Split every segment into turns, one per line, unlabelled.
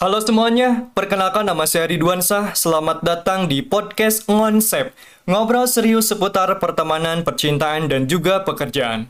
Halo semuanya, perkenalkan nama saya Ridwan Shah. Selamat datang di podcast Ngonsep. Ngobrol serius seputar pertemanan, percintaan, dan juga pekerjaan.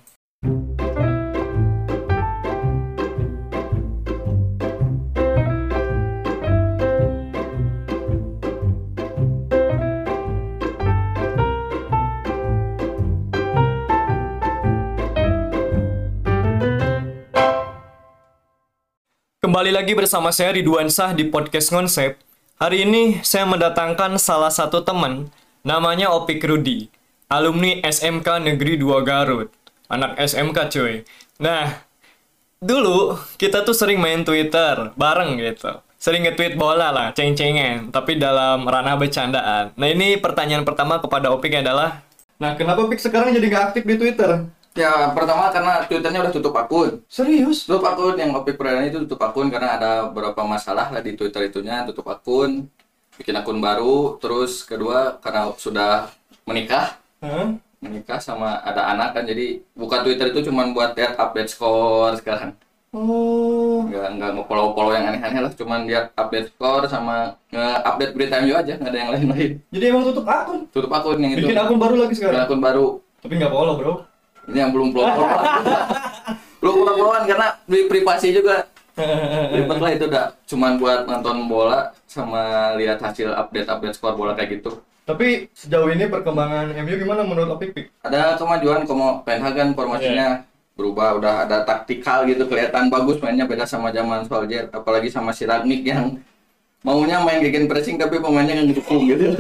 Kembali lagi bersama saya Ridwan Shah di podcast Ngonsep. Hari ini saya mendatangkan salah satu teman, namanya Opik Rudi, alumni SMK Negeri 2 Garut. Anak SMK cuy. Nah, dulu kita tuh sering main Twitter bareng gitu. Sering nge-tweet bola lah, ceng-cengan, tapi dalam ranah bercandaan. Nah, ini pertanyaan pertama kepada Opik adalah, nah, kenapa Opik sekarang jadi nggak aktif di Twitter?
Ya, pertama karena Twitternya udah tutup akun.
Serius?
Tutup akun yang Opik Perdana itu tutup akun karena ada beberapa masalah lah di Twitter itunya, tutup akun, bikin akun baru. Terus kedua karena sudah menikah, menikah sama ada anak kan, jadi buka Twitter itu cuma buat lihat update skor sekarang.
Oh.
Nggak nge-follow yang aneh-aneh lah, cuma lihat update skor sama nge-update berita MU aja, nggak ada yang lain-lain.
Jadi emang tutup akun?
Tutup akun yang itu.
Bikin akun baru lagi
Bikin
sekarang?
akun baru.
Tapi nggak follow bro.
Ini yang belum follow-followan. Belum follow-followan karena privasi juga. Ribet lah itu udah cuman buat nonton bola sama lihat hasil update skor bola kayak gitu.
Tapi sejauh ini perkembangan MU gimana menurut Opik Pik?
Ada kemajuan Ten Hag kan formasinya berubah, udah ada taktikal gitu, kelihatan bagus mainnya, beda sama zaman Solskjaer, apalagi sama si Rangnick yang maunya main gegen pressing tapi pemainnya nggak ngedukung gitu.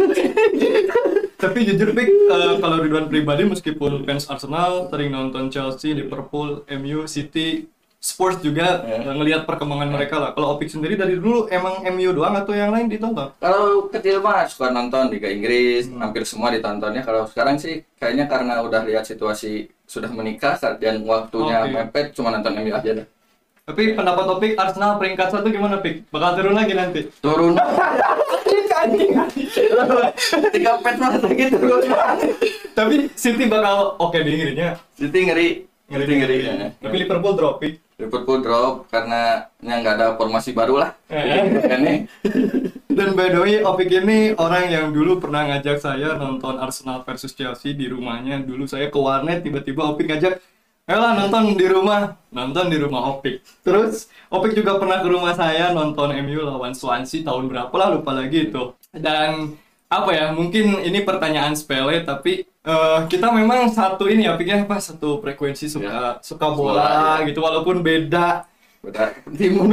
Tapi jujur Pik, kalau Ridwan pribadi meskipun fans Arsenal sering nonton Chelsea, Liverpool, MU, City, Spurs juga ngelihat perkembangan mereka lah. Kalau Opik sendiri dari dulu emang MU doang atau yang lain ditonton?
Kalau kecil mah suka nonton Liga Inggris, hampir semua ditontonnya. Kalau sekarang sih kayaknya karena udah lihat situasi sudah menikah dan waktunya mepet, cuma nonton MU aja dah.
Tapi pendapat Opik, Arsenal peringkat 1 gimana Pik? Bakal turun lagi nanti?
Turun. Tiga pet mah lagi turun.
Tapi City bakal oke di Inggrisnya.
City ngeri. Ya.
Tapi Liverpool drop Pik.
Liverpool drop karena nggak ada formasi baru lah.
Dan by the way, Opik ini orang yang dulu pernah ngajak saya nonton Arsenal versus Chelsea di rumahnya. Dulu saya ke warnet, tiba-tiba Opik ngajak, "Ayolah nonton di rumah Opik." Terus Opik juga pernah ke rumah saya nonton MU lawan Swansea tahun berapa lah, lupa lagi itu. Dan apa ya, mungkin ini pertanyaan sepele tapi kita memang satu ini ya pikirnya apa, satu frekuensi suka bola gitu, walaupun beda tim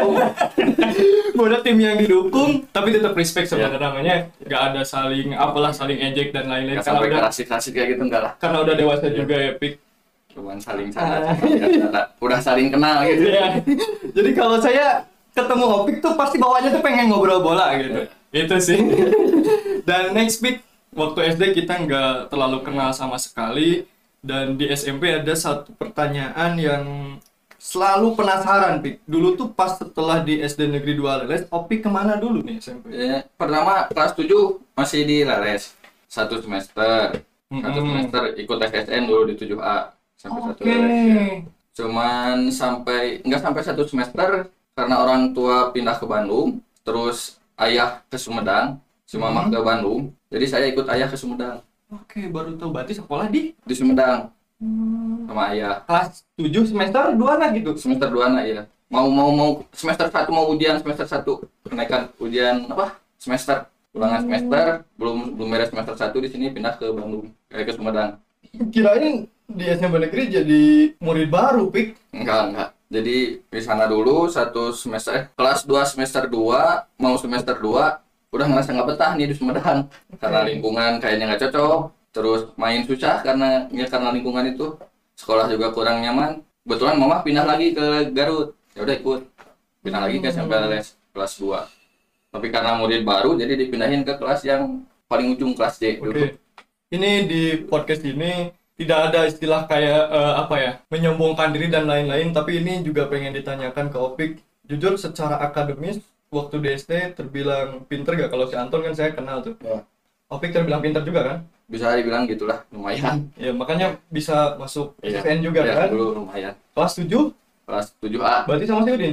yang didukung tapi tetap respect sebenarnya, namanya nggak ada saling ejek dan lain-lain
Nggak sampai kasih kayak gitu, enggak lah,
karena udah dewasa juga ya Pik,
cuman saling udah saling kenal gitu
ya. Jadi kalau saya ketemu Opik tuh pasti bawaannya tuh pengen ngobrol bola gitu. Itu sih. Dan next Pik, waktu SD kita nggak terlalu kenal sama sekali, dan di SMP ada satu pertanyaan yang selalu penasaran Pik. Dulu tuh pas setelah di SD Negeri 2 Leles, Opik kemana dulu nih SMP?
Pertama kelas 7 masih di Leles, satu semester ikut SSN dulu di 7A sampai satu Leles ya. Cuman nggak sampai satu semester karena orang tua pindah ke Bandung, terus ayah ke Sumedang, si mama ke Bandung, jadi saya ikut ayah ke Sumedang.
Oke, baru tahu berarti sekolah di
Sumedang sama ayah.
Kelas 7 semester 2 lah gitu.
Semester 2 ya. Mau semester 1 mau ujian semester 1, kenaikan ujian semester, ulangan semester, belum beres semester 1 di sini pindah ke Bandung, ke Sumedang.
Kirain di SMP Negeri jadi murid baru Pik.
Enggak. Jadi di sana dulu satu semester, kelas 2 semester 2, mau semester 2 udah ngerasa nggak betah nih di Sumedang karena lingkungan kayaknya nggak cocok, terus main susah karena lingkungan itu, sekolah juga kurang nyaman. Kebetulan mama pindah lagi ke Garut, ya udah ikut pindah lagi ke SMP Leles kelas 2. Tapi karena murid baru jadi dipindahin ke kelas yang paling ujung, kelas D dulu.
Ini di podcast ini tidak ada istilah kayak menyombongkan diri dan lain-lain, tapi ini juga pengen ditanyakan ke Opik. Jujur secara akademis waktu di SD terbilang pinter gak? Kalau si Anton kan saya kenal tuh. Opik terbilang pinter juga kan?
Bisa dibilang gitulah, lumayan.
Ya makanya bisa masuk SSN juga kan?
Dulu lumayan.
Kelas 7?
Kelas 7A.
Berarti sama si Udin tuh?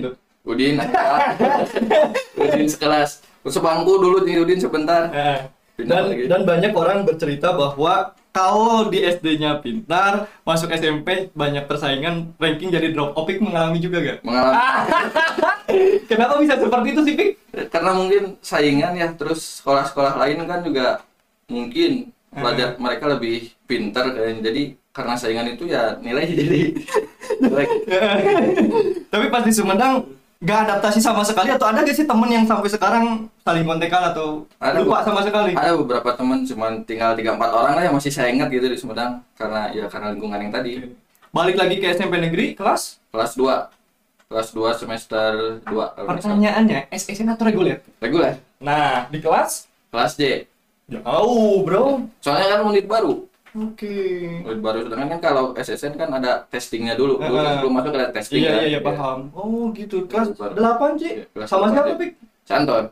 Udin Udin sekelas sebangku dulu di Udin sebentar. Pindah lagi.
Dan banyak orang bercerita bahwa kalau di SD-nya pintar, masuk SMP banyak persaingan, ranking jadi drop. Opik mengalami juga gak?
Mengalami
Kenapa bisa seperti itu sih, Pik?
karena mungkin saingan ya, terus sekolah-sekolah lain kan juga mungkin pelajar mereka lebih pintar kayaknya, jadi karena saingan itu ya nilai jadi jelek.
Tapi pas di Sumedang gak adaptasi sama sekali, atau ada gak sih temen yang sampai sekarang saling kontekan atau
Ada,
lupa sama sekali?
Ada beberapa teman, cuman tinggal 3-4 orang lah yang masih saya ingat gitu di Sumedang, karena lingkungan yang tadi.
Balik lagi ke SMP negeri, kelas?
Kelas 2 semester 2 kalau nggak salah.
Pertanyaannya, SSN atau reguler?
Reguler.
Nah, di kelas?
Kelas J.
Jauh, bro.
Soalnya kan unit baru.
Oke.
Unit baru, sedangkan kan kalau SSN kan ada testingnya dulu. Sebelum masuk ada testing.
Iya,
kan?
iya, paham. Oh, gitu. Kelas
Baru.
8, Ci?
Iya, kelas
Sama
8,
siapa,
Ci.
Pik?
Santon.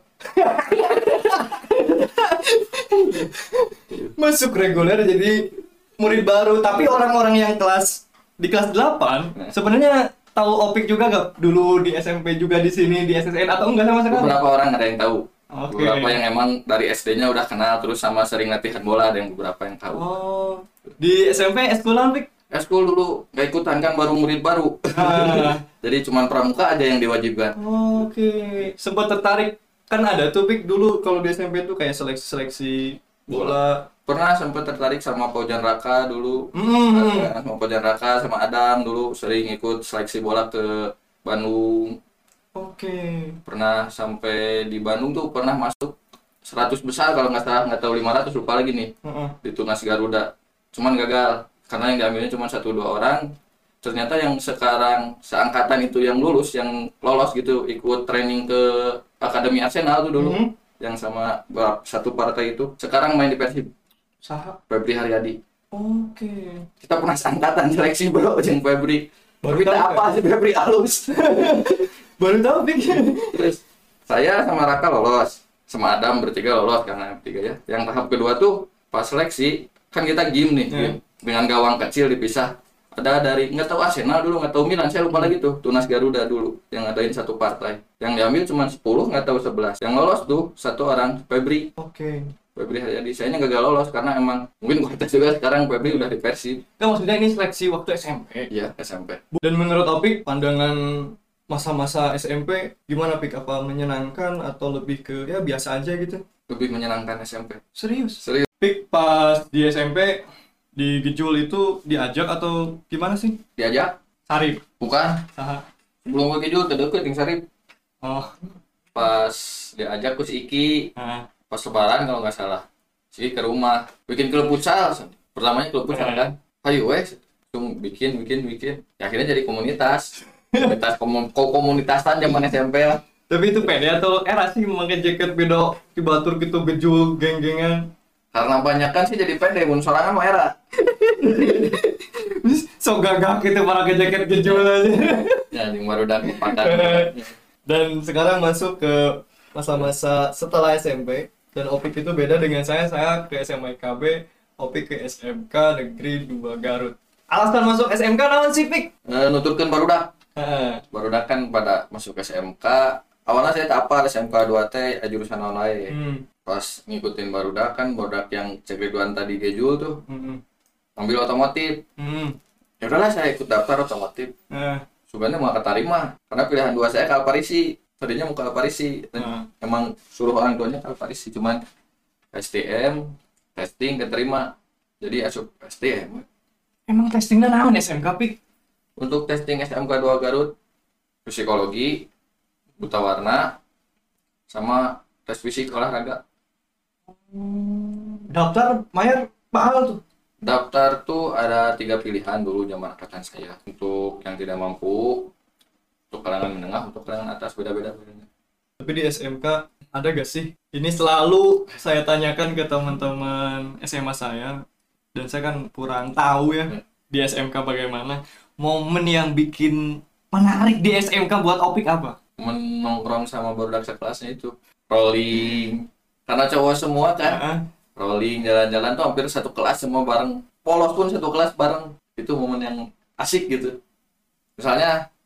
Masuk reguler jadi murid baru. Tapi orang-orang yang di kelas 8 sebenarnya tahu Opik juga gak dulu di SMP juga di sini di SSN atau enggak sama sekali?
Beberapa orang ada yang tahu.
Oke.
Beberapa yang emang dari SD-nya udah kenal, terus sama sering latihan bola, ada yang beberapa yang tahu.
Oh, di SMP eskulan, Pik?
Eskul dulu gak ikutan kan, baru murid baru.
Ah.
Jadi cuman pramuka aja yang diwajibkan.
Oke, sempat tertarik kan ada tuh Pik dulu kalau di SMP tuh kayak seleksi bola.
Pernah sempat tertarik sama Paujan Raka dulu. Sama Paujan Raka sama Adam dulu sering ikut seleksi bola ke Bandung.
Oke.
Pernah sampai di Bandung tuh pernah masuk 100 besar kalau nggak salah, nggak tahu 500 lupa lagi nih, di Tunas Garuda. Cuman gagal karena yang diambilnya cuma 1-2 orang. Ternyata yang sekarang seangkatan itu yang lulus, yang lolos gitu, ikut training ke Akademi Arsenal tuh dulu, yang sama satu partai itu, sekarang main di Persib.
Saha?
Febri Haryadi.
Oke.
Kita pernah seangkatan seleksi bro, jeung Febri.
Baru
Kita
tahu,
apa sih Febri halus.
Baru tahu Pik.
Terus saya sama Raka lolos, sama Adam bertiga lolos karena bertiga ya. Yang tahap kedua tuh pas seleksi kan kita game nih, game. Dengan gawang kecil dipisah. Ada dari nggak tahu Arsenal dulu, nggak tahu Milan, saya lupa lagi tuh, Tunas Garuda dulu yang ngadain satu partai. Yang diambil cuma 10, nggak tahu 11. Yang lolos tuh satu orang, Febri.
Oke.
Febri Haryadi. Sayanya gagal lolos karena emang mungkin kualitas juga sekarang Febri udah di Persib.
Kan maksudnya ini seleksi waktu SMP.
Iya, SMP.
Dan menurut Opik pandangan masa-masa SMP gimana Pik? Apa menyenangkan atau lebih ke ya biasa aja gitu?
Lebih menyenangkan SMP.
Serius?
Serius.
Pik pas di SMP di Gejul itu diajak atau gimana sih?
Diajak?
Sarip.
Bukan.
Saha.
Sebelum ke Kidul, kedeket yang Sarip.
Oh.
Pas diajak ke si Iki,
Nah.
pas lebaran kalau nggak salah. Si Iki ke rumah, bikin klub futsal. Pertamanya klub futsal kan. Ayo wes, bikin. Ya, akhirnya jadi komunitas. Komunitasan zaman SMP lah.
Tapi itu pede atau era sih memakai jaket beda di batur gitu Gejul geng-gengan.
Karena banyak kan sih jadi pede, mun sorangan mah era.
So gagak gitu pakai jaket Gejul aja.
Ya, yang baru dan padan.
Dan sekarang masuk ke masa-masa setelah SMP, dan Opik itu beda dengan saya ke SMA IKB, Opik ke SMK Negeri 2 Garut. Alasan masuk SMK naon sih Pik?
Nuturkan barudak. Barudak kan pada masuk SMK. Awalnya saya tapar SMK 2T jurusan online. Pas ngikutin barudak kan, barudak yang cekriduan tadi Gejul tuh. Ambil otomotif. Ya udahlah saya ikut daftar otomotif. Sebenarnya mau keterima karena pilihan dua saya Kalparisi. Tadinya mau Kalparisi. Emang suruh orang tuanya Kalparisi, cuman STM testing keterima. Jadi asup STM.
Emang testingnya naon SMK Pik?
Untuk testing SMK 2 Garut, psikologi, buta warna, sama tes fisik olahraga.
Daftar Mayer mahal tuh.
Daftar tuh ada 3 pilihan dulu zaman angkatan saya. Untuk yang tidak mampu, untuk kalangan menengah, untuk kalangan atas, beda-beda.
Tapi di SMK ada gak sih? Ini selalu saya tanyakan ke teman-teman SMA saya, dan saya kan kurang tahu ya di SMK bagaimana. Momen yang bikin menarik di SMK buat Opik apa?
Nongkrong sama barudak sekelasnya itu rolling, karena cowok semua kan. Rolling, jalan-jalan tuh hampir satu kelas semua bareng, polos pun satu kelas bareng. Itu momen yang asik gitu. Misalnya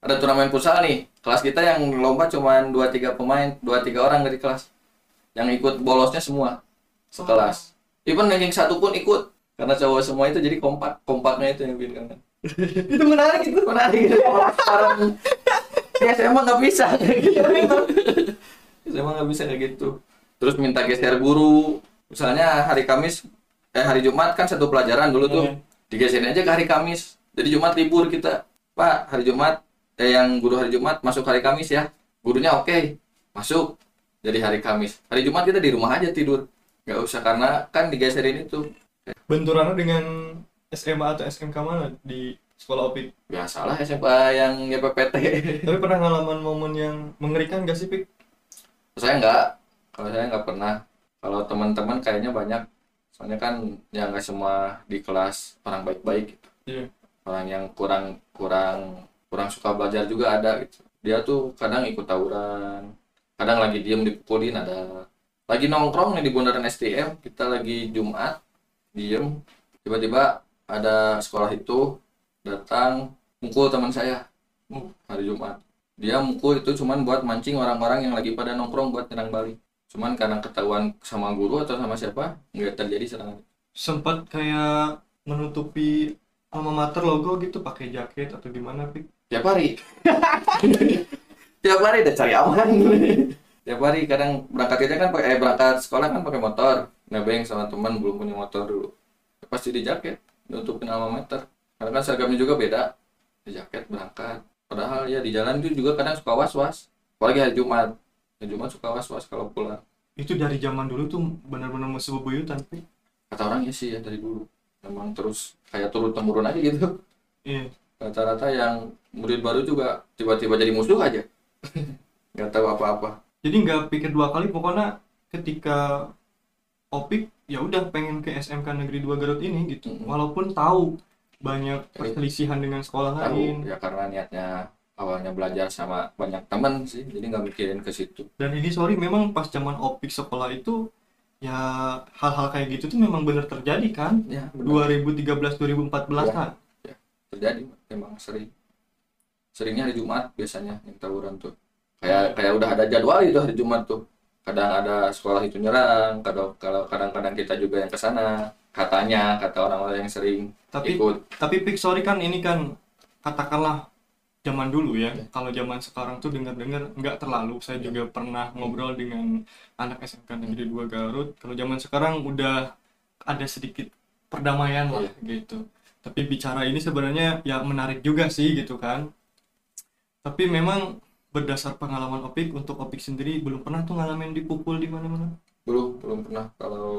ada turnamen futsal nih. Kelas kita yang lomba cuma 2-3 pemain, 2-3 orang dari kelas. Yang ikut bolosnya semua sekelas. Even ranking 1 pun ikut. Karena cowok semua itu jadi kompak. Kompaknya itu yang bikin kangen.
Itu menarik itu.
Menarik gitu. Orang ya saya emang nggak bisa kayak gitu. Saya emang nggak bisa kayak gitu. Terus minta geser guru. Misalnya hari Kamis, hari Jumat kan satu pelajaran dulu tuh. Digeserin aja ke hari Kamis. Jadi Jumat libur kita. Pak, hari Jumat, yang guru hari Jumat masuk hari Kamis ya. Gurunya oke, masuk. Jadi hari Kamis. Hari Jumat kita di rumah aja tidur. Nggak usah karena kan digeserin itu.
Benturannya dengan SMA atau SMK mana di sekolah Opik?
Biasalah SMA yang YPPT.
Tapi pernah ngalaman momen yang mengerikan gak sih, Pik?
Saya nggak. Kalau saya nggak pernah. Kalau teman-teman kayaknya banyak. Soalnya kan ya nggak semua di kelas orang baik-baik gitu.
Iya.
Orang yang kurang kurang kurang suka belajar juga ada gitu. Dia tuh kadang ikut tawuran, kadang lagi diem dipukulin, ada lagi nongkrong nih di bundaran STM, kita lagi Jumat diem, tiba-tiba ada sekolah itu datang mukul teman saya hari Jumat. Dia mukul itu cuman buat mancing orang-orang yang lagi pada nongkrong buat nyerang balik. Cuman karena ketahuan sama guru atau sama siapa nggak terjadi serangan.
Sempat kayak menutupi alma mater logo gitu pakai jaket atau gimana, Pik?
Tiap hari. Tiap hari udah cari aman. Tiap hari kadang berangkat aja kan pakai berangkat sekolah kan pakai motor. Nebeng sama teman belum punya motor dulu. Pasti di jaket nutupin alma mater. Karena kan seragamnya juga beda. Di jaket berangkat. Padahal ya di jalan itu juga kadang suka was-was. Apalagi hari Jumat. Hari Jumat suka was-was kalau pulang.
Itu dari zaman dulu tuh benar-benar musuh bebuyutan, Pik.
Kata orangnya sih ya dari dulu. Memang terus kayak turun-temurun aja gitu.
Iya.
Rata-rata yang murid baru juga tiba-tiba jadi musuh aja. Nggak tahu apa-apa.
Jadi nggak pikir dua kali, pokoknya ketika Opik ya udah pengen ke SMK Negeri 2 Garut ini gitu. Walaupun tahu banyak perselisihan dengan sekolah lain.
Tahu ya karena niatnya awalnya belajar sama banyak teman sih, jadi nggak mikirin ke situ.
Dan ini sorry memang pas zaman Opik sekolah itu ya hal-hal kayak gitu tuh memang benar terjadi kan?
Ya, benar.
2013 2014
Ya.
kan.
Ya, terjadi memang seringnya hari Jumat biasanya yang tawuran tuh kayak udah ada jadwal itu hari Jumat tuh. Kadang ada sekolah itu nyerang, kadang-kadang kita juga yang kesana, kata orang-orang yang sering
Tapi
ikut.
Pik sorry kan ini kan katakanlah zaman dulu ya. Kalau zaman sekarang tuh dengar-dengar nggak terlalu. Saya juga pernah ngobrol dengan anak SMK Negeri 2 Garut. Kalau zaman sekarang udah ada sedikit perdamaian lah gitu. Tapi bicara ini sebenarnya ya menarik juga sih gitu kan. Tapi memang berdasar pengalaman Opik, untuk Opik sendiri belum pernah tuh ngalamin dipukul di mana-mana.
Belum pernah.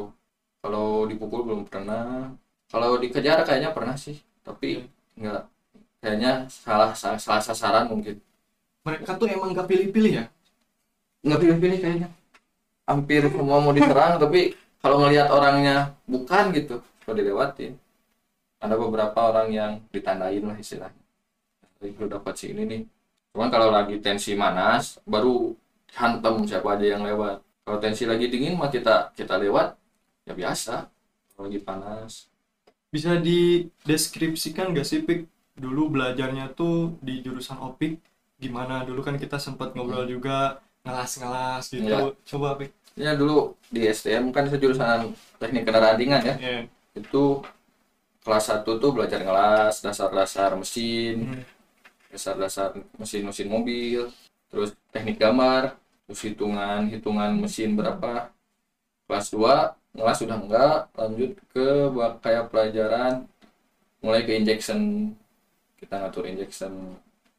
Kalau dipukul belum pernah. Kalau dikejar kayaknya pernah sih, tapi nggak, kayaknya salah sasaran mungkin.
Mereka tuh emang nggak pilih-pilih ya.
Nggak pilih-pilih kayaknya. Hampir semua mau diserang, tapi kalau ngelihat orangnya bukan gitu, kalau dilewatin. Ada beberapa orang yang ditandain lah istilahnya. Lu dapat si ini nih. Cuman kalau lagi tensi manas, baru hantam siapa aja yang lewat. Kalau tensi lagi dingin mah kita lewat, ya biasa. Kalau lagi panas.
Bisa dideskripsikan gak sih, Pik, dulu belajarnya tuh di jurusan Opik gimana? Dulu kan kita sempat ngobrol juga, ngelas-ngelas gitu.
Ya.
Coba, Pik.
Ya dulu di STM kan itu jurusan teknik kendaraan ringan ya.
Yeah.
Itu kelas 1 tuh belajar ngelas, dasar-dasar mesin, dasar-dasar mesin mobil, terus teknik gambar, terus hitungan mesin berapa. Kelas 2 ngelas sudah enggak, lanjut ke kayak pelajaran mulai ke injection. Kita ngatur injection,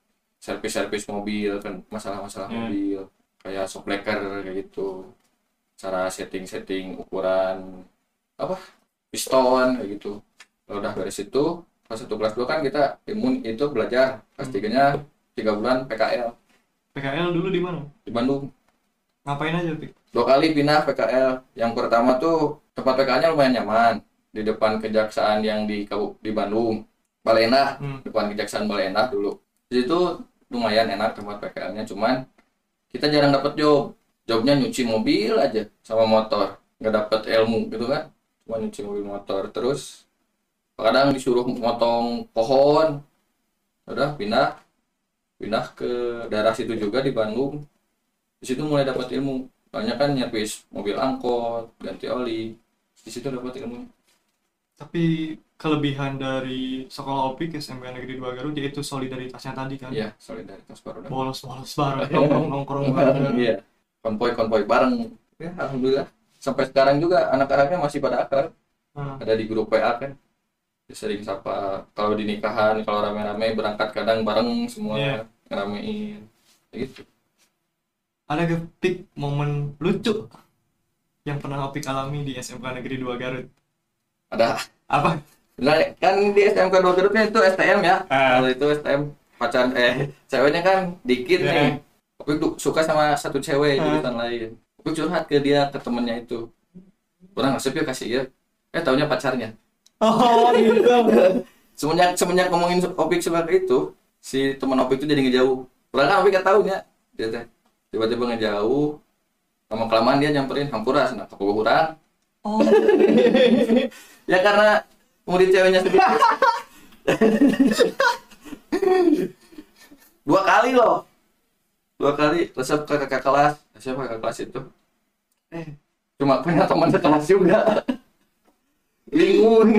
servis mobil kan, masalah mobil, kayak shock breaker kayak gitu. Cara setting ukuran apa? Piston kayak gitu. Kalau udah beres itu, kelas 1 kelas 2 kan kita itu belajar. Kelas 3-nya 3 bulan PKL.
PKL dulu di mana?
Di Bandung.
Ngapain aja, Pik?
2 kali pindah PKL. Yang pertama tuh tempat PKL-nya lumayan nyaman. Di depan kejaksaan yang di Bandung. Balai Endah, depan kejaksaan Balai Endah dulu. Di situ lumayan enak tempat PKL-nya, cuman kita jarang dapat job. Jobnya nyuci mobil aja sama motor. Nggak dapat ilmu gitu kan. Cuma nyuci mobil motor. Terus kadang disuruh motong pohon. Udah pindah pindah ke daerah situ juga di Bandung. Di situ mulai dapat ilmu. Banyak kan nyervis mobil angkot, ganti oli. Di situ dapat ilmu.
Tapi kelebihan dari sekolah Opik SMK Negeri 2 Garut yaitu solidaritasnya tadi kan.
Iya, solidaritas baru.
Bolos-bolos bareng, nongkrong-nongkrong bareng.
Iya. Konvoy bareng. Ya, alhamdulillah. Sampai sekarang juga anak-anaknya masih pada akrab.
Nah,
Ada di grup WA kan. Ya, sering sapa kalau di nikahan, kalau rame-rame berangkat kadang bareng semua
Iya.
ngeramein. Ya gitu.
ada gak Pik momen lucu yang pernah Opik alami di SMK Negeri 2 Garut?
Ada.
Apa?
Nah, kan di SMK 2 Garutnya itu STM ya.
Ah.
Kalau itu STM pacaran ceweknya kan dikit
Ya.
nih. Opik tuh suka sama satu cewek
Ah.
jurusan lain. Opik curhat ke dia, ke temennya itu. Orang ngasih ya kasih ya. Taunya pacarnya.
Oh gitu.
Semenjak ngomongin Opik seperti itu, si teman Opik itu jadi ngejauh. Orang kan Opik gak taunya. Dia teh tiba-tiba ngejauh. Lama kelamaan dia nyamperin hampura sana ke orang.
Oh.
Ya karena murid ceweknya sedikit. 2 kali loh. 2 kali resep ke kakak kelas. Siapa kakak kelas itu? Cuma punya teman sekelas juga. Bingung.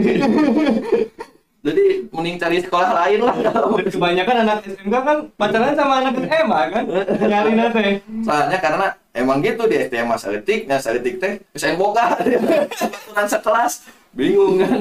Jadi mending cari sekolah lain lah.
Dan kebanyakan anak SMK kan pacaran sama anak SMA kan? Nyari nate.
Soalnya karena emang gitu di STM saeutik, nya saeutik teh geus boga. Aturan sekelas. Bingung kan.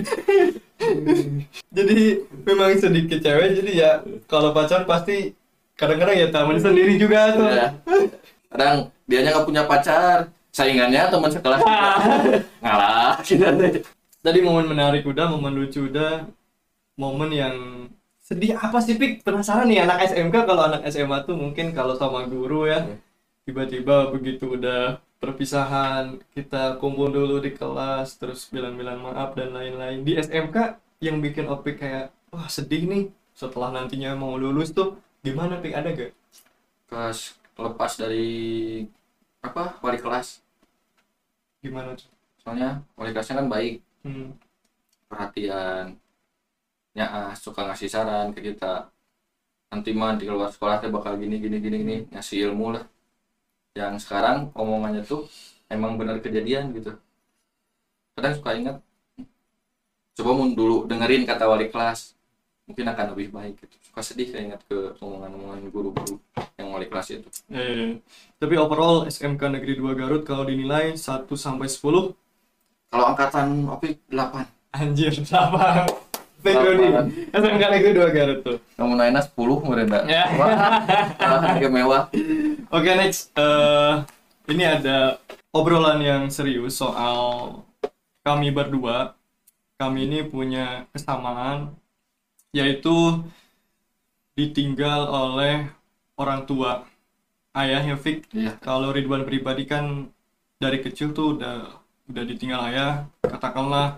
Jadi memang sedikit cewek, jadi ya kalau pacaran pasti kadang-kadang ya teman sendiri juga tuh.
Ya. Kadang dianya nggak punya pacar, saingannya teman sekelas juga. Ngalah gitu deh.
Tadi momen menarik udah, momen lucu udah, momen yang sedih apa sih Pik? Penasaran nih anak SMK, kalau anak SMA tuh mungkin kalau sama guru ya, tiba-tiba begitu udah perpisahan, kita kumpul dulu di kelas, terus bilang-bilang maaf dan lain-lain. Di SMK yang bikin Opik kayak, wah sedih nih, setelah nantinya mau lulus tuh, gimana Pik, ada gak?
Kelas lepas dari wali kelas.
Gimana tuh?
Soalnya wali kelasnya kan baik,
Hmm.
perhatian, suka ngasih saran ke kita. Nanti mah di luar sekolah teh bakal gini, ngasih ilmu lah. Yang sekarang omongannya tuh emang benar kejadian gitu. Kadang suka ingat, coba mun dulu dengerin kata wali kelas, mungkin akan lebih baik gitu. Suka sedih saya ingat ke omongan-omongan guru-guru yang wali kelas itu.
Tapi overall SMK Negeri 2 Garut kalau dinilai 1 sampai 10,
Kalau angkatan Opik 8.
anjir, sama. Background SMK Negeri 2 Garut tuh.
Kamu naiknya 10 merenda.
Ya.
Harga mewah.
Oke, next. Ini ada obrolan yang serius soal kami berdua. Kami ini punya kesamaan, yaitu ditinggal oleh orang tua. Ayahnya Fik.
Iya.
Kalau Ridwan pribadi kan dari kecil tuh udah ditinggal ayah, katakanlah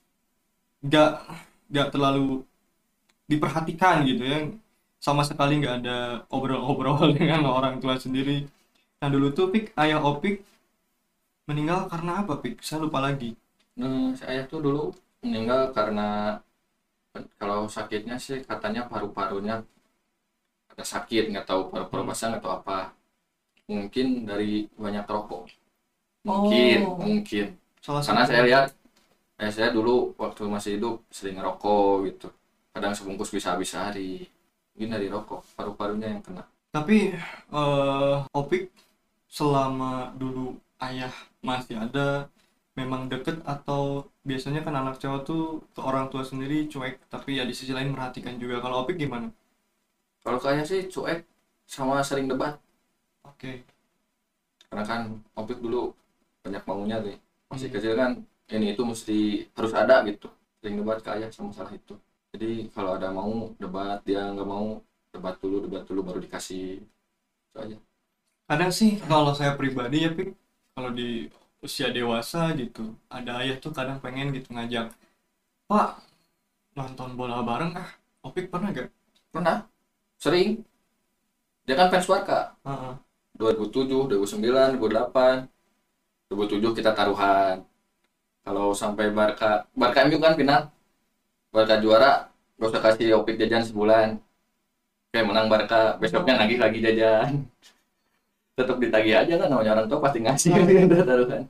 nggak terlalu diperhatikan gitu ya, sama sekali nggak ada obrol-obrol dengan orang tua sendiri. Nah dulu tuh Pik, ayah Opik meninggal karena apa Pik? Saya lupa lagi.
Saya tuh dulu meninggal karena kalau sakitnya sih katanya paru-parunya ada sakit, nggak tahu paru-paru basah nggak tahu apa. Mungkin dari banyak rokok. Mungkin.
Salah
Karena
satu.
saya lihat saya dulu waktu masih hidup sering ngerokok gitu. Kadang sebungkus bisa habis sehari. Mungkin dari rokok, paru-parunya yang kena.
Tapi Opik selama dulu ayah masih ada, memang deket atau biasanya kan anak cowok tuh ke orang tua sendiri cuek, tapi ya di sisi lain merhatikan juga. Kalau Opik gimana?
Kalau kayak sih cuek sama sering debat.
Oke.
Karena kan Opik dulu banyak maunya nih. Masih kecil kan ini itu mesti harus ada gitu. Sering debat ke ayah sama masalah itu. Jadi kalau ada mau debat, dia nggak mau debat dulu baru dikasih. Itu aja.
Kadang sih kalau saya pribadi ya Pik, kalau di usia dewasa gitu, ada ayah tuh kadang pengen gitu ngajak, Pak nonton bola bareng ah. Opik pernah gak?
Pernah? Sering. Dia kan fans Warka. 2007, 2009, 2008. 2007 kita taruhan. Kalau sampai Barca MU kan final. Barca juara, gak usah kasih Opik jajan sebulan. kayak menang Barca besoknya nagih lagi jajan. Tetap ditagih aja kan, namanya orang tua pasti ngasih gitu taruhan.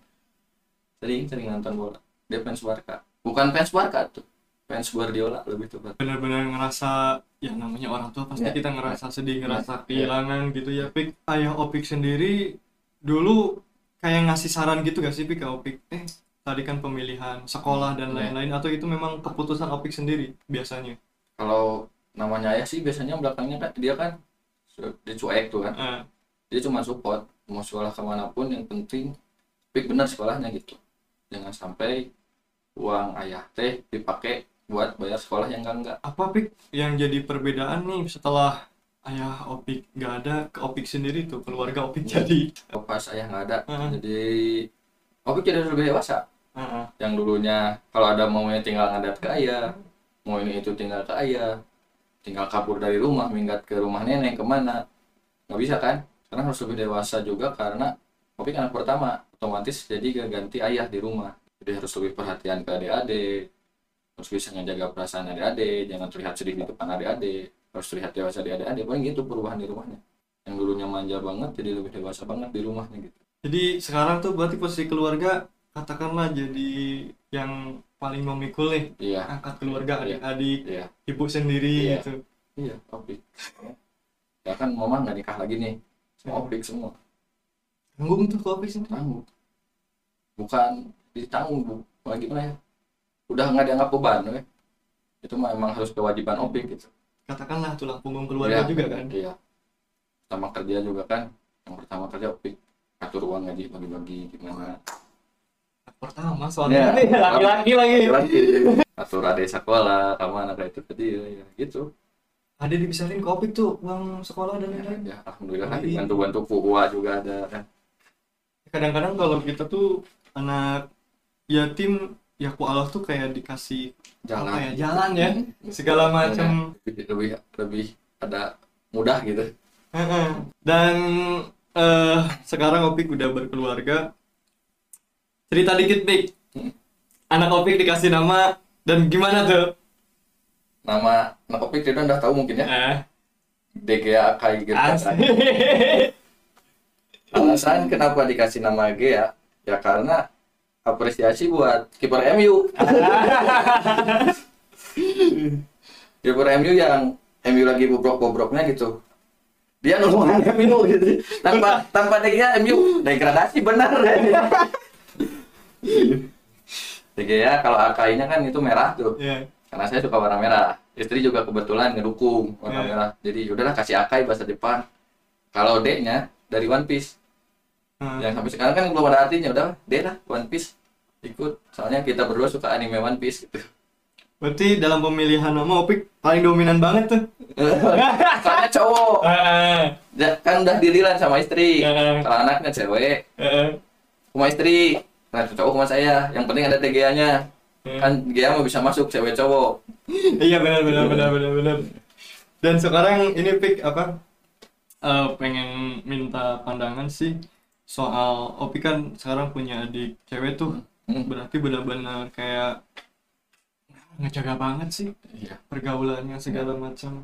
Sering nonton bola. Dia fans Barca, bukan fans Barca tuh, fans Guardiola lebih tepat.
Benar-benar ngerasa ya namanya orang tua pasti
Ya,
kita ngerasa sedih, ngerasa
ya.
kehilangan gitu ya. Pik, ayah Opik sendiri dulu kayak ngasih saran gitu gak sih Pik ke Opik? Tadi kan pemilihan sekolah dan
Ya.
lain-lain, atau itu memang keputusan Opik sendiri biasanya?
Kalau namanya ayah sih biasanya belakangnya kan dia kan dia cuek tuh kan,
Eh,
dia cuma support mau sekolah kemanapun, yang penting pik bener sekolahnya gitu, jangan sampai uang ayah teh dipakai buat bayar sekolah yang enggak.
apa Pik yang jadi perbedaan nih setelah ayah Opik nggak ada ke Opik sendiri tuh, keluarga Opik jadi?
Pas ayah nggak ada,
Heeh.
jadi Opik jadi lebih dewasa.
Heeh.
Yang dulunya kalau ada maunya tinggal ngadat ke ayah, mau ini itu tinggal ke ayah, tinggal kabur dari rumah minggat ke rumah nenek kemana, nggak bisa kan. Sekarang harus lebih dewasa juga karena Opik anak pertama, otomatis jadi ganti ayah di rumah, jadi harus lebih perhatian ke adik-adik, harus bisa ngejaga perasaan adik-adik, jangan terlihat sedih di depan adik-adik, harus terlihat dewasa di adik-adik. Paling gitu perubahan di rumahnya, yang dulunya manja banget jadi lebih dewasa banget di rumahnya gitu.
Jadi sekarang tuh berarti posisi keluarga katakanlah jadi yang paling memikul nih,
Iya,
angkat keluarga,
Iya.
adik-adik,
iya,
ibu sendiri
Iya.
gitu.
iya. Opik ya kan, mama nggak nikah lagi nih, semua Opik semua
Tanggung tuh kopi sendiri.
tanggung, bukan ditanggung bu, lagi gimana ya, udah nggak dianggap beban ya. Itu mah emang harus kewajiban Opik gitu.
Katakanlah tulang punggung keluarga
Iya,
juga kan.
iya, pertama kerja juga kan, yang pertama kerja Opik atur uang gaji bagi-bagi gimana.
Pertama soalnya
Iya.
nih, laki-laki lagi.
Lagi atur adik sekolah kemana kayak itu ke dia ya gitu.
Ada dipisahin kopi tuh uang sekolah dan lain-lain.
Ya alhamdulillah lah,
Iya.
dibantu-bantu Fuwa juga ada kan.
Kadang-kadang kalau kita tuh anak yatim, ya ku Allah tuh kayak dikasih
Jalan
apa ya, jalan ya, segala macam.
lebih ada mudah gitu.
Heeh. Dan sekarang Opik udah berkeluarga. Cerita dikit Pik, anak Opik dikasih nama dan gimana tuh?
Nama anak Opik kita udah tahu mungkin ya, DGA Akai gitu.
Asik.
Alasan kenapa dikasih nama Gea ya karena apresiasi buat kiper MU. Kiper MU yang MU lagi bobrok-bobroknya gitu, dia nolongin MU gitu. Tanpa DGA MU degradasi benar. DGA kalau Akainya kan itu merah tuh,
Iya.
karena saya suka warna merah, istri juga kebetulan ngedukung warna
Iya.
merah, jadi udahlah kasih Akai bahasa Jepang. Kalau D-nya dari One Piece, yang sampai sekarang kan belum ada artinya, udah D lah One Piece ikut, soalnya kita berdua suka anime One Piece gitu.
Berarti dalam pemilihan nama Opik paling dominan banget tuh.
Soalnya cowok kan udah dirilan sama istri, kalau anaknya cewek sama istri, nah cowok sama saya, yang penting ada TGA-nya kan, GA mah bisa masuk cewek cowok.
Iya benar. Dan sekarang ini Pik apa? Pengen minta pandangan sih soal Opik kan sekarang punya adik cewek tuh. Berarti benar-benar kayak ngejaga banget sih
Iya,
pergaulannya segala macam.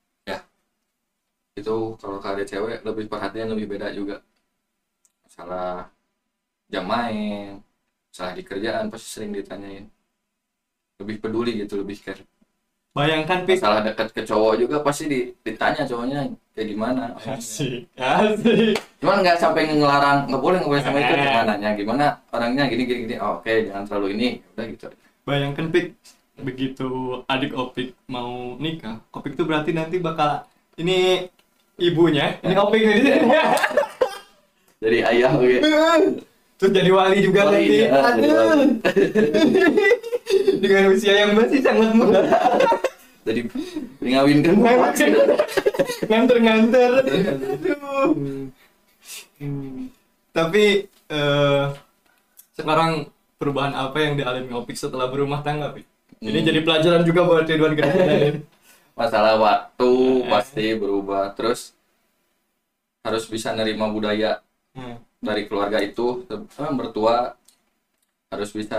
itu kalau ke adik cewek lebih perhatian, lebih beda juga. Masalah jam main, masalah di kerjaan pasti sering ditanyain, lebih peduli gitu, lebih care.
Bayangkan Pik.
Masalah dekat ke cowok juga pasti ditanya cowoknya kayak gimana.
Asik.
Cuman nggak sampai ngelarang, nggak boleh sama itu, gimana nya, gimana orangnya gini. Oh, oke, jangan terlalu ini, udah gitu.
Bayangkan Pik, begitu adik Opik mau nikah, Opik tuh berarti nanti bakal ini ibunya, ini Opik ini.
Jadi ayah gitu.
Terus jadi wali juga
Wali,
nanti.
ya, jadi
Aduh.
wali.
Dengan usia yang masih sangat muda.
Jadi ngawinkan.
Nganter-nganter. Aduh. Tapi sekarang perubahan apa yang dialami Opik setelah berumah tangga, Pik? Ini jadi pelajaran juga buat Ridwan Gerakan.
Masalah waktu pasti berubah, terus harus bisa nerima budaya dari keluarga itu, mertua harus bisa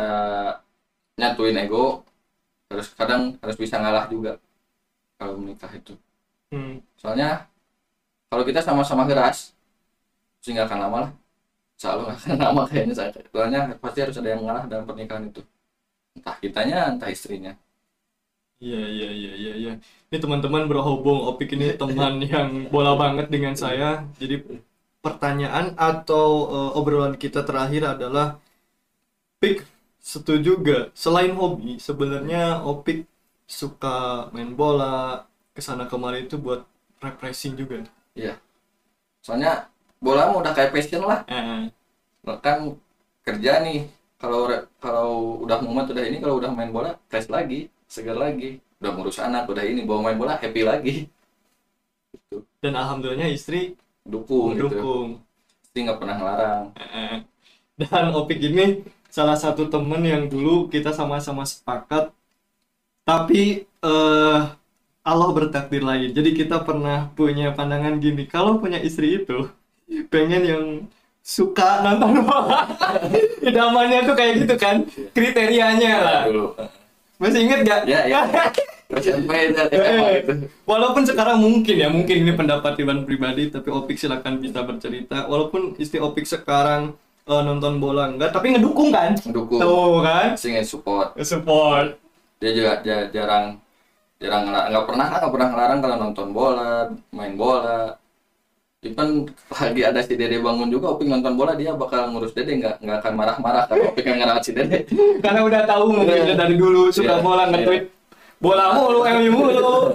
nyatuin ego, kadang harus bisa ngalah juga kalau menikah itu.
Hmm.
Soalnya kalau kita sama-sama keras, sih nggak akan lama lah. Insya Allah nggak akan lama kayaknya. Soalnya pasti harus ada yang mengalah dalam pernikahan itu. Entah kitanya, entah istrinya.
Iya, iya, iya, iya, iya. Ini teman-teman berhubung Opik ini teman yang bola banget dengan saya. Jadi pertanyaan atau obrolan kita terakhir adalah, Pik, setuju gak? Selain hobi, sebenarnya Opik suka main bola, kesana kemari itu buat refreshing juga.
Iya. Soalnya bola mah udah kayak passion lah.
Eh,
Kan kerja nih. Kalau udah mumet udah ini, kalau udah main bola fresh lagi, segar lagi. Udah ngurus anak, udah ini bawa main bola happy lagi. Gitu.
dan alhamdulillahnya istri
Dukung gitu.
mendukung.
Istri nggak pernah ngelarang.
Dan Opik ini salah satu temen yang dulu kita sama-sama sepakat, tapi Allah bertakdir lain. Jadi kita pernah punya pandangan gini, kalau punya istri itu pengen yang suka nonton bola. Idamannya tuh kayak gitu kan, kriterianya lah.
Dulu.
Masih inget gak?
Ya, ya. SMP dan SMA gitu.
Walaupun sekarang mungkin ini pendapat Iwan pribadi, tapi Opik silakan bisa bercerita. Walaupun istri Opik sekarang nonton bola enggak, tapi ngedukung kan?
Mendukung.
Tuh kan?
Singin support.
Support.
Dia juga nggak pernah ngelarang kalau nonton bola, main bola. Even lagi ada si Dede bangun juga, Opik nonton bola, dia bakal ngurus Dede, nggak akan marah-marah kalau Opik yang ngerawat si Dede.
Karena udah tahu mungkin dia dari dulu suka
Iya,
bola, nge-tweet bola mulu, MU mulu.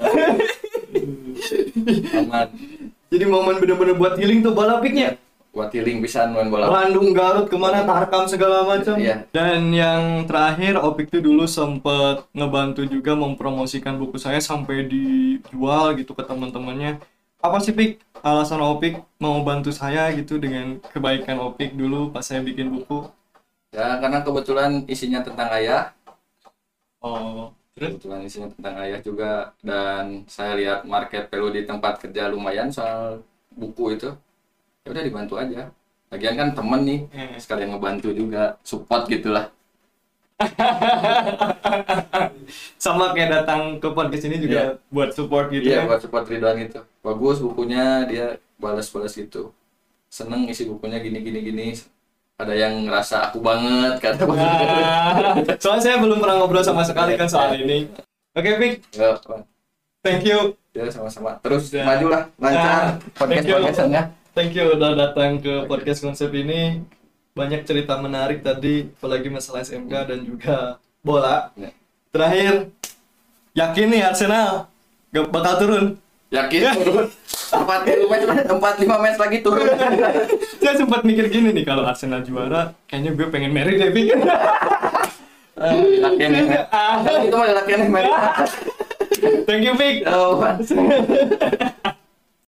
Aman.
Jadi momen bener-bener buat healing tuh bola Piknya.
Buat healing pisan main bola.
Bandung, Garut, kemana, Tarkam segala macam.
Iya.
Dan yang terakhir, Opik tuh dulu sempet ngebantu juga mempromosikan buku saya sampai dijual gitu ke teman-temannya. Apa sih, Pik, alasan Opik mau bantu saya gitu dengan kebaikan Opik dulu pas saya bikin buku?
Ya karena kebetulan isinya tentang ayah.
Oh, terus?
Kebetulan isinya tentang ayah juga, dan saya lihat market value di tempat kerja lumayan soal buku itu. Ya udah dibantu aja. Lagian kan temen nih, sekalian ngebantu juga, support gitulah.
Sama kayak datang ke podcast ini juga buat support gitu
Iya,
ya.
buat support Ridwan itu. Bagus bukunya, dia balas-balas gitu. Seneng isi bukunya gini. Ada yang ngerasa aku banget kata.
Soalnya saya belum pernah ngobrol sama sekali kan soal ini. Oke, Pik,
Ya,
thank you.
ya sama-sama. Terus
Udah.
majulah, lancar
Thank you.
podcast-podcastnya.
Thank you udah datang ke podcast konsep ini. Banyak cerita menarik tadi, apalagi masalah SMK dan juga bola.
Ya.
Terakhir, yakin nih Arsenal gak bakal turun?
Yakin turun. 4-5 match lagi turun.
Saya sempat mikir gini nih, kalau Arsenal juara, kayaknya gue pengen marry deh, Pik.
Lakian nih. Itu mah lakian nih.
Thank you, Pik.
Oh,